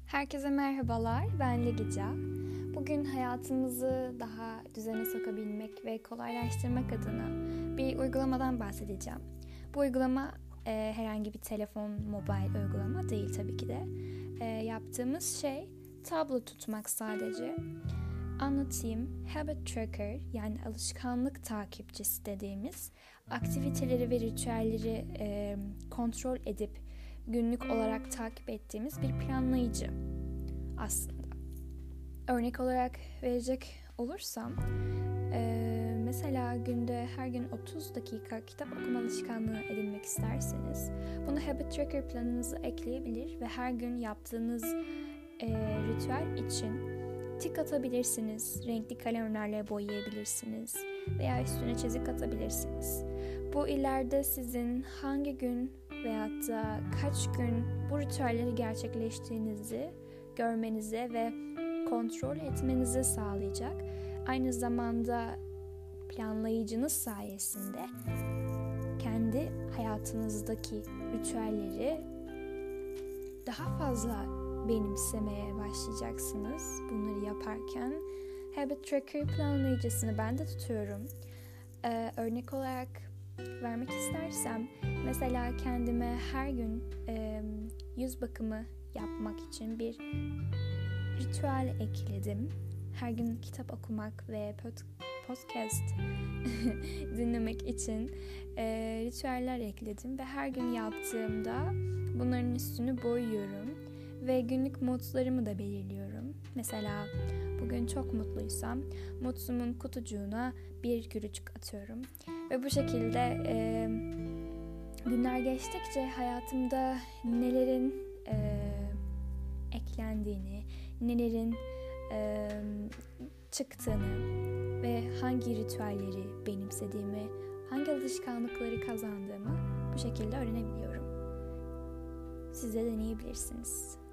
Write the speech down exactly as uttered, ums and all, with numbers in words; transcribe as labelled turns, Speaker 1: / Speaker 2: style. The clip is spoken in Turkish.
Speaker 1: Herkese merhabalar, ben Legica. Bugün hayatımızı daha düzene sokabilmek ve kolaylaştırmak adına bir uygulamadan bahsedeceğim. Bu uygulama e, herhangi bir telefon, mobil uygulama değil tabii ki de. E, yaptığımız şey tablo tutmak sadece. Anlatayım. Habit tracker, yani alışkanlık takipçisi dediğimiz aktiviteleri ve ritüelleri e, kontrol edip günlük olarak takip ettiğimiz bir planlayıcı aslında. Örnek olarak verecek olursam, e, mesela günde her gün otuz dakika kitap okuma alışkanlığı edinmek isterseniz bunu Habit Tracker planınıza ekleyebilir ve her gün yaptığınız e, ritüel için tik atabilirsiniz, renkli kalemlerle boyayabilirsiniz veya üstüne çizik atabilirsiniz. Bu ileride sizin hangi gün veyahut da kaç gün bu ritüelleri gerçekleştiğinizi görmenize ve kontrol etmenizi sağlayacak. Aynı zamanda planlayıcınız sayesinde kendi hayatınızdaki ritüelleri daha fazla benimsemeye başlayacaksınız bunları yaparken. Habit Tracker planlayıcısını ben de tutuyorum. Ee, örnek olarak vermek istersem, mesela kendime her gün e, yüz bakımı yapmak için bir ritüel ekledim. Her gün kitap okumak ve pod- podcast dinlemek için e, ritüeller ekledim ve her gün yaptığımda bunların üstünü boyuyorum ve günlük modlarımı da belirliyorum. Mesela bugün çok mutluysam mutlumun kutucuğuna bir gülücük atıyorum ve bu şekilde e, günler geçtikçe hayatımda nelerin e, eklendiğini, nelerin e, çıktığını ve hangi ritüelleri benimsediğimi, hangi alışkanlıkları kazandığımı bu şekilde öğrenebiliyorum. Siz de deneyebilirsiniz.